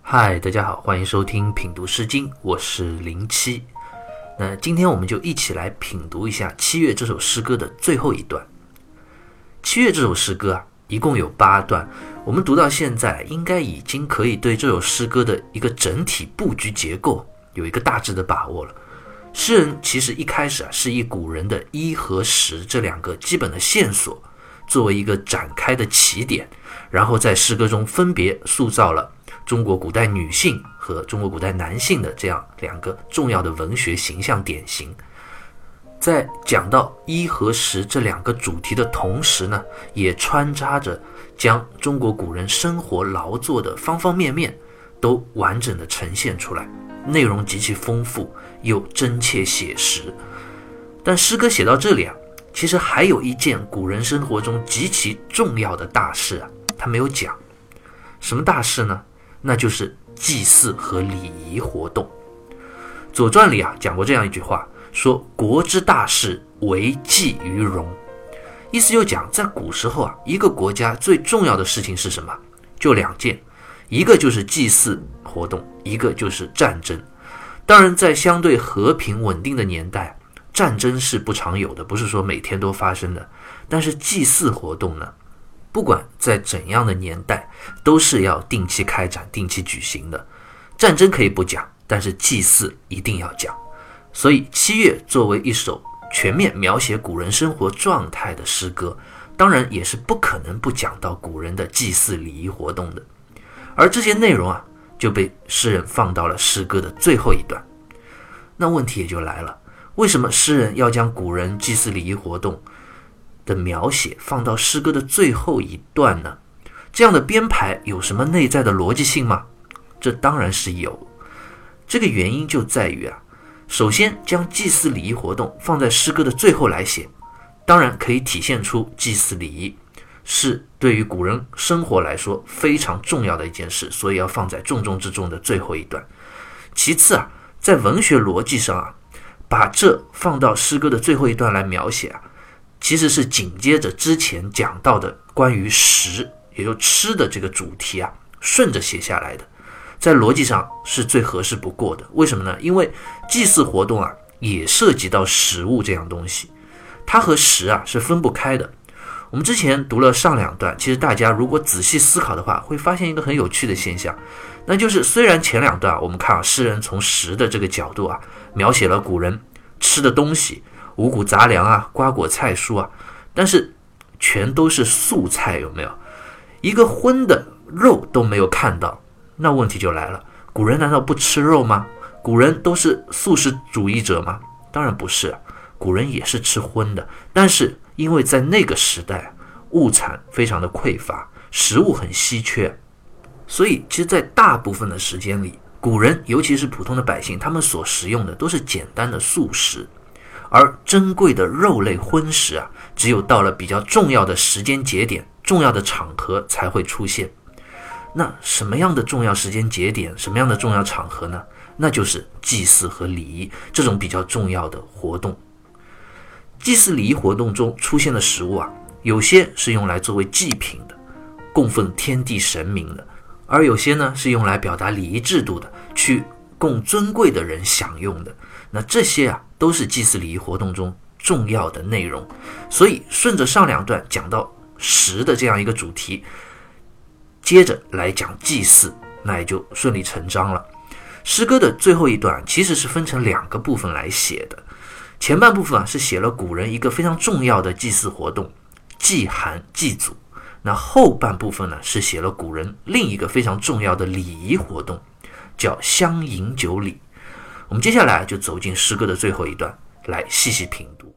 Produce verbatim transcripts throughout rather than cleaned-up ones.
嗨，大家好，欢迎收听品读诗经，我是零七。那今天我们就一起来品读一下《七月》这首诗歌的最后一段。《七月》这首诗歌啊，一共有八段，我们读到现在，应该已经可以对这首诗歌的一个整体布局结构有一个大致的把握了。诗人其实一开始啊，是以古人的一和十这两个基本的线索作为一个展开的起点，然后在诗歌中分别塑造了中国古代女性和中国古代男性的这样两个重要的文学形象典型。在讲到一和十这两个主题的同时呢，也穿插着将中国古人生活劳作的方方面面都完整的呈现出来，内容极其丰富又真切写实。但诗歌写到这里啊，其实还有一件古人生活中极其重要的大事啊，他没有讲。什么大事呢？那就是祭祀和礼仪活动。左传里啊讲过这样一句话，说国之大事，为祭于戎。意思就讲，在古时候啊，一个国家最重要的事情是什么？就两件，一个就是祭祀活动，一个就是战争。当然，在相对和平稳定的年代，战争是不常有的，不是说每天都发生的。但是祭祀活动呢，不管在怎样的年代，都是要定期开展、定期举行的。战争可以不讲，但是祭祀一定要讲。所以七月作为一首全面描写古人生活状态的诗歌，当然也是不可能不讲到古人的祭祀礼仪活动的。而这些内容啊，就被诗人放到了诗歌的最后一段。那问题也就来了，为什么诗人要将古人祭祀礼仪活动的描写放到诗歌的最后一段呢？这样的编排有什么内在的逻辑性吗？这当然是有。这个原因就在于啊，首先将祭祀礼仪活动放在诗歌的最后来写，当然可以体现出祭祀礼仪是对于古人生活来说非常重要的一件事，所以要放在重中之重的最后一段。其次啊，在文学逻辑上啊，把这放到诗歌的最后一段来描写啊，其实是紧接着之前讲到的关于食，也就吃的这个主题啊，顺着写下来的，在逻辑上是最合适不过的。为什么呢？因为祭祀活动啊，也涉及到食物这样东西，它和食啊是分不开的。我们之前读了上两段，其实大家如果仔细思考的话，会发现一个很有趣的现象，那就是虽然前两段我们看啊，诗人从食的这个角度啊，描写了古人吃的东西，五谷杂粮啊，瓜果菜蔬啊，但是全都是素菜，有没有？一个荤的肉都没有看到。那问题就来了，古人难道不吃肉吗？古人都是素食主义者吗？当然不是，古人也是吃荤的，但是因为在那个时代物产非常的匮乏，食物很稀缺，所以其实在大部分的时间里，古人尤其是普通的百姓，他们所食用的都是简单的素食，而珍贵的肉类荤食啊，只有到了比较重要的时间节点、重要的场合才会出现。那什么样的重要时间节点，什么样的重要场合呢？那就是祭祀和礼仪这种比较重要的活动。祭祀礼仪活动中出现的食物啊，有些是用来作为祭品的，供奉天地神明的，而有些呢是用来表达礼仪制度的，去供尊贵的人享用的。那这些啊，都是祭祀礼仪活动中重要的内容。所以顺着上两段讲到食的这样一个主题，接着来讲祭祀，那也就顺理成章了。诗歌的最后一段其实是分成两个部分来写的。前半部分啊，是写了古人一个非常重要的祭祀活动，祭寒祭祖。那后半部分呢，是写了古人另一个非常重要的礼仪活动，叫相饮酒礼。我们接下来就走进诗歌的最后一段，来细细品读。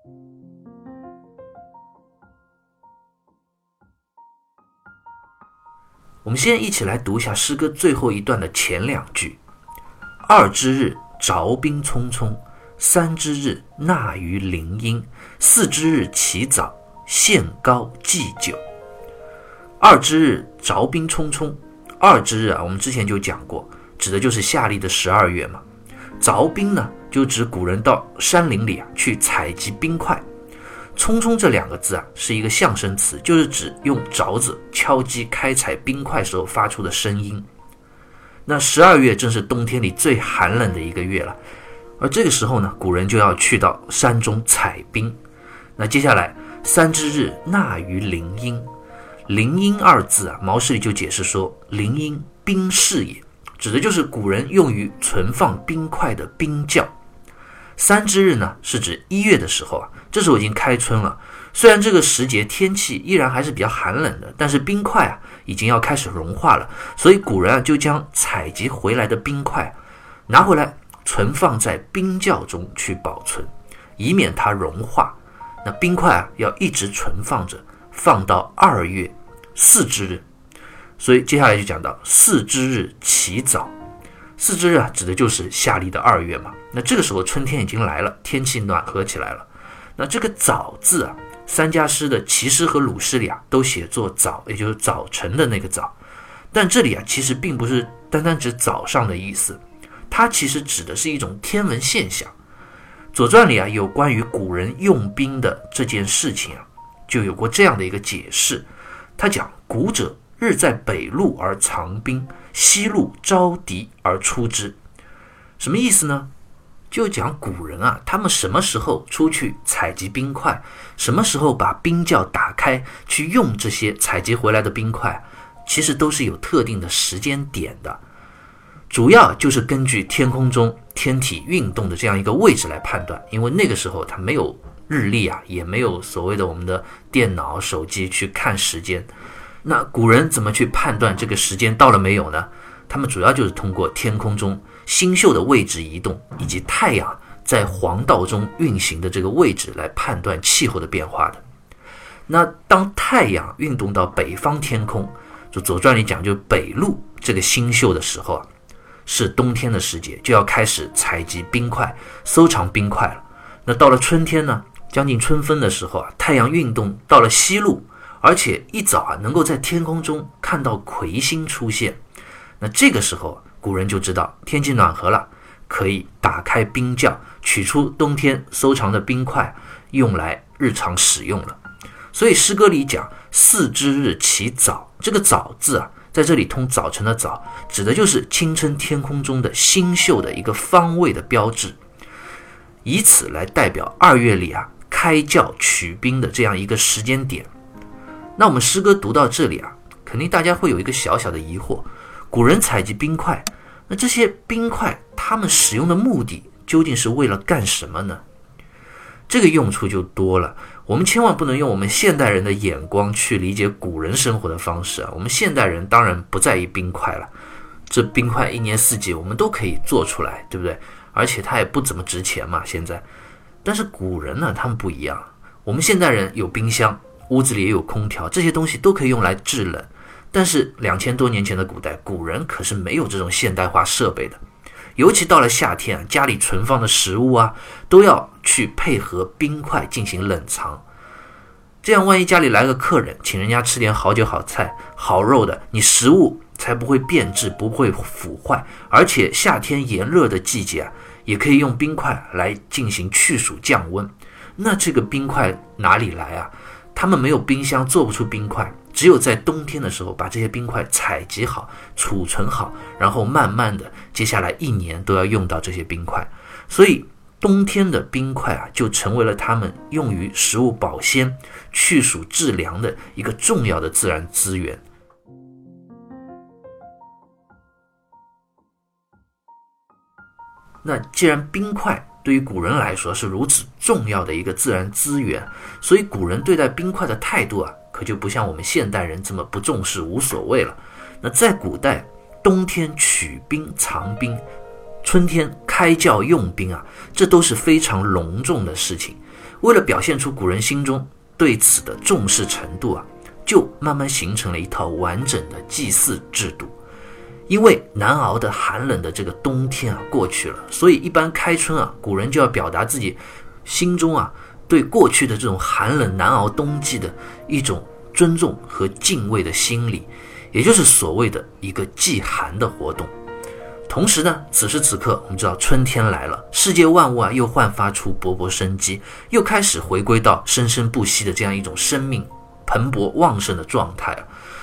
我们先一起来读一下诗歌最后一段的前两句：二之日，凿冰匆匆；三之日，纳于林荫；四之日，起早，献糕祭酒。二之日，凿冰匆匆。二之日啊，我们之前就讲过，指的就是夏历的十二月嘛。凿冰呢，就指古人到山林里啊去采集冰块。匆匆这两个字啊，是一个象声词，就是指用凿子敲击开采冰块时候发出的声音。 那十二月正是冬天里最寒冷的一个月了，而这个时候呢，古人就要去到山中采冰。那接下来三之日纳于林阴，林阴二字啊，毛诗里就解释说，林阴冰室也，指的就是古人用于存放冰块的冰窖。三之日呢，是指一月的时候啊，这时候已经开春了，虽然这个时节天气依然还是比较寒冷的，但是冰块啊已经要开始融化了，所以古人啊就将采集回来的冰块拿回来存放在冰窖中去保存，以免它融化。那冰块啊要一直存放着，放到二月四之日。所以接下来就讲到四之日起早。四之日啊指的就是夏历的二月嘛，那这个时候春天已经来了，天气暖和起来了。那这个早字啊，三家诗的齐诗和鲁诗里啊都写作早，也就是早晨的那个早，但这里啊其实并不是单单指早上的意思，它其实指的是一种天文现象。左传里啊有关于古人用兵的这件事情啊，就有过这样的一个解释。他讲古者日在北路而藏兵，西路招敌而出之。什么意思呢？就讲古人啊，他们什么时候出去采集冰块，什么时候把冰窖打开去用这些采集回来的冰块，其实都是有特定的时间点的，主要就是根据天空中天体运动的这样一个位置来判断。因为那个时候它没有日历啊，也没有所谓的我们的电脑手机去看时间，那古人怎么去判断这个时间到了没有呢？他们主要就是通过天空中星宿的位置移动，以及太阳在黄道中运行的这个位置来判断气候的变化的。那当太阳运动到北方天空，就左传里讲就北路这个星宿的时候啊，是冬天的时节，就要开始采集冰块，收藏冰块了。那到了春天呢，将近春分的时候啊，太阳运动到了西路，而且一早啊能够在天空中看到魁星出现。那这个时候古人就知道天气暖和了，可以打开冰窖，取出冬天收藏的冰块，用来日常使用了。所以诗歌里讲四之日起早，这个早字啊，在这里通早晨的早，指的就是清晨天空中的星宿的一个方位的标志，以此来代表二月里啊开窖取冰的这样一个时间点。那我们诗歌读到这里啊，肯定大家会有一个小小的疑惑，古人采集冰块，那这些冰块他们使用的目的究竟是为了干什么呢？这个用处就多了，我们千万不能用我们现代人的眼光去理解古人生活的方式啊。我们现代人当然不在意冰块了，这冰块一年四季我们都可以做出来，对不对？而且它也不怎么值钱嘛现在。但是古人呢，他们不一样，我们现代人有冰箱，屋子里也有空调，这些东西都可以用来制冷。但是两千多年前的古代，古人可是没有这种现代化设备的，尤其到了夏天，家里存放的食物啊，都要去配合冰块进行冷藏。这样万一家里来个客人，请人家吃点好酒好菜好肉的，你食物才不会变质，不会腐坏。而且夏天炎热的季节啊，也可以用冰块来进行去暑降温。那这个冰块哪里来啊？他们没有冰箱，做不出冰块，只有在冬天的时候把这些冰块采集好，储存好，然后慢慢的接下来一年都要用到这些冰块。所以冬天的冰块啊，就成为了他们用于食物保鲜、去暑制凉的一个重要的自然资源。那既然冰块对于古人来说是如此重要的一个自然资源，所以古人对待冰块的态度啊，可就不像我们现代人这么不重视无所谓了。那在古代，冬天取冰藏冰，春天开窖用冰啊，这都是非常隆重的事情。为了表现出古人心中对此的重视程度啊，就慢慢形成了一套完整的祭祀制度。因为难熬的寒冷的这个冬天啊过去了，所以一般开春啊，古人就要表达自己心中啊对过去的这种寒冷难熬冬季的一种尊重和敬畏的心理，也就是所谓的一个祭寒的活动。同时呢，此时此刻我们知道春天来了，世界万物啊又焕发出勃勃生机，又开始回归到生生不息的这样一种生命蓬勃旺盛的状态啊。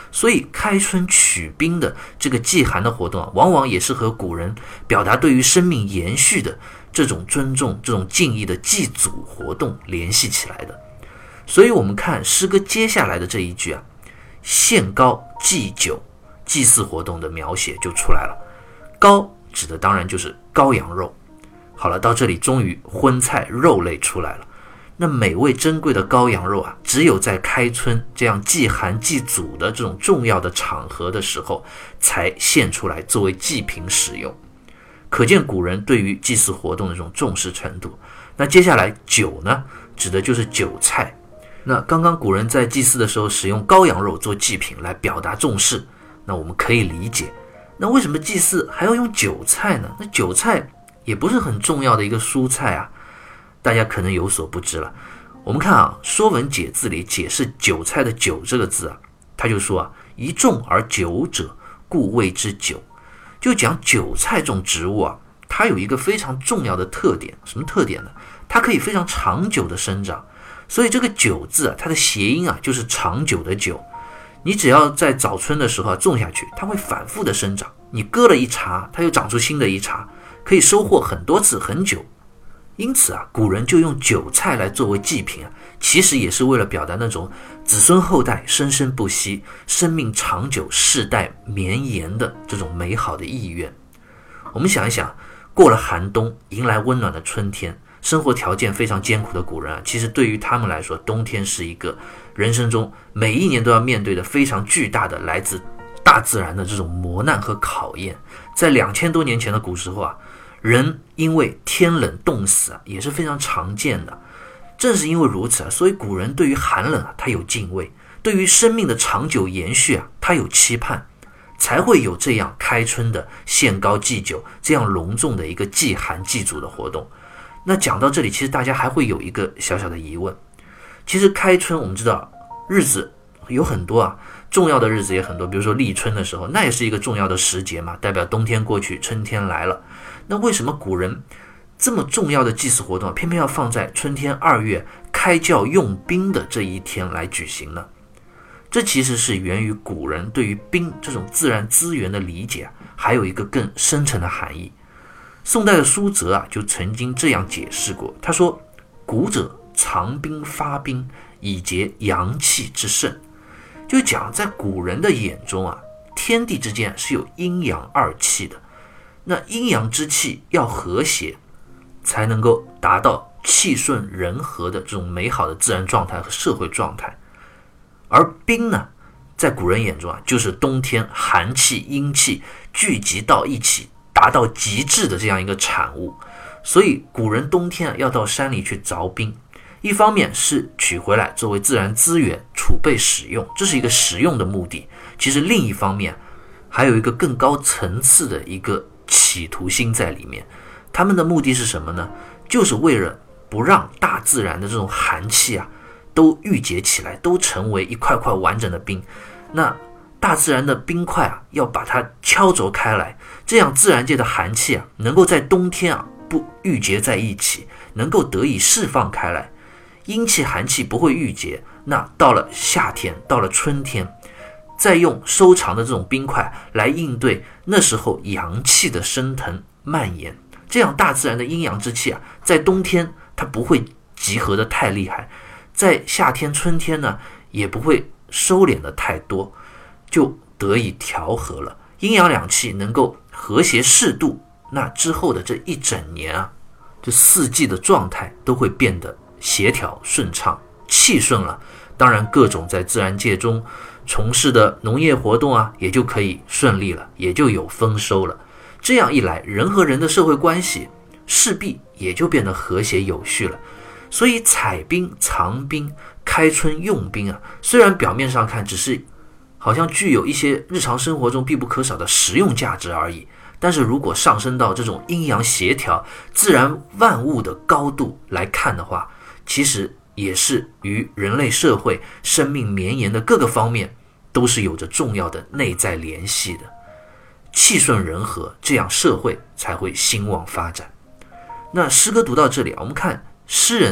所以开春取冰的这个祭寒的活动啊，往往也是和古人表达对于生命延续的这种尊重、这种敬意的祭祖活动联系起来的。所以我们看诗歌接下来的这一句啊，献糕祭酒，祭祀活动的描写就出来了。糕指的当然就是羔羊肉。好了，到这里终于荤菜肉类出来了。那美味珍贵的羔羊肉啊，只有在开春这样祭寒祭祖的这种重要的场合的时候才献出来作为祭品使用，可见古人对于祭祀活动的这种重视程度。那接下来酒呢，指的就是酒菜。那刚刚古人在祭祀的时候使用羔羊肉做祭品来表达重视，那我们可以理解。那为什么祭祀还要用韭菜呢？那韭菜也不是很重要的一个蔬菜啊，大家可能有所不知了。我们看啊，《说文解字》里解释韭菜的韭这个字啊，他就说啊，一种而久者，故谓之韭。就讲韭菜这种植物啊，它有一个非常重要的特点，什么特点呢？它可以非常长久的生长。所以这个韭字啊，它的谐音啊就是长久的久。你只要在早春的时候啊种下去，它会反复的生长。你割了一茬，它又长出新的一茬，可以收获很多次很久。因此啊，古人就用韭菜来作为祭品啊，其实也是为了表达那种子孙后代生生不息、生命长久、世代绵延的这种美好的意愿。我们想一想，过了寒冬，迎来温暖的春天，生活条件非常艰苦的古人啊，其实对于他们来说，冬天是一个人生中每一年都要面对的非常巨大的来自大自然的这种磨难和考验。在两千多年前的古时候啊，人因为天冷冻死啊，也是非常常见的。正是因为如此啊，所以古人对于寒冷啊，他有敬畏；对于生命的长久延续啊，他有期盼，才会有这样开春的献糕祭酒这样隆重的一个祭寒祭祖的活动。那讲到这里，其实大家还会有一个小小的疑问。其实开春我们知道日子有很多啊，重要的日子也很多，比如说立春的时候，那也是一个重要的时节嘛，代表冬天过去，春天来了。那为什么古人这么重要的祭祀活动偏偏要放在春天二月开教用兵的这一天来举行呢？这其实是源于古人对于兵这种自然资源的理解啊，还有一个更深层的含义。宋代的苏辙啊，就曾经这样解释过，他说：“古者藏兵发兵，以节阳气之盛。”就讲在古人的眼中啊，天地之间是有阴阳二气的，那阴阳之气要和谐，才能够达到气顺人和的这种美好的自然状态和社会状态。而兵呢，在古人眼中啊，就是冬天寒气阴气聚集到一起，达到极致的这样一个产物。所以古人冬天啊要到山里去凿冰，一方面是取回来作为自然资源储备使用，这是一个实用的目的。其实另一方面还有一个更高层次的一个企图心在里面。他们的目的是什么呢？就是为了不让大自然的这种寒气啊都郁结起来，都成为一块块完整的冰。那大自然的冰块啊，要把它敲凿开来，这样自然界的寒气啊，能够在冬天啊不郁结在一起，能够得以释放开来，阴气寒气不会郁结。那到了夏天，到了春天，再用收藏的这种冰块来应对那时候阳气的升腾蔓延，这样大自然的阴阳之气啊，在冬天它不会集合的太厉害，在夏天春天呢也不会收敛的太多，就得以调和了，阴阳两气能够和谐适度。那之后的这一整年啊，这四季的状态都会变得协调顺畅，气顺了，当然各种在自然界中从事的农业活动啊，也就可以顺利了，也就有丰收了。这样一来，人和人的社会关系势必也就变得和谐有序了。所以采冰、藏冰、开春用冰啊，虽然表面上看只是好像具有一些日常生活中必不可少的实用价值而已，但是如果上升到这种阴阳协调、自然万物的高度来看的话，其实也是与人类社会生命绵延的各个方面都是有着重要的内在联系的。气顺人和，这样社会才会兴旺发展。那诗歌读到这里，我们看诗人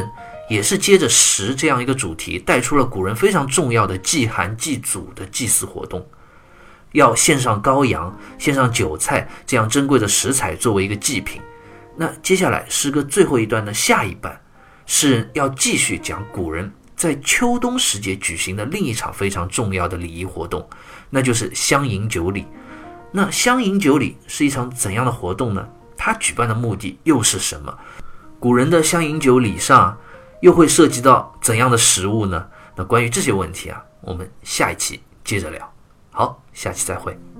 也是接着食这样一个主题，带出了古人非常重要的祭寒祭祖的祭祀活动，要献上羔羊，献上韭菜这样珍贵的食材作为一个祭品。那接下来诗歌最后一段的下一半是要继续讲古人在秋冬时节举行的另一场非常重要的礼仪活动，那就是乡饮酒礼。那乡饮酒礼是一场怎样的活动呢？它举办的目的又是什么？古人的乡饮酒礼上又会涉及到怎样的食物呢？那关于这些问题啊，我们下一期接着聊。好，下期再会。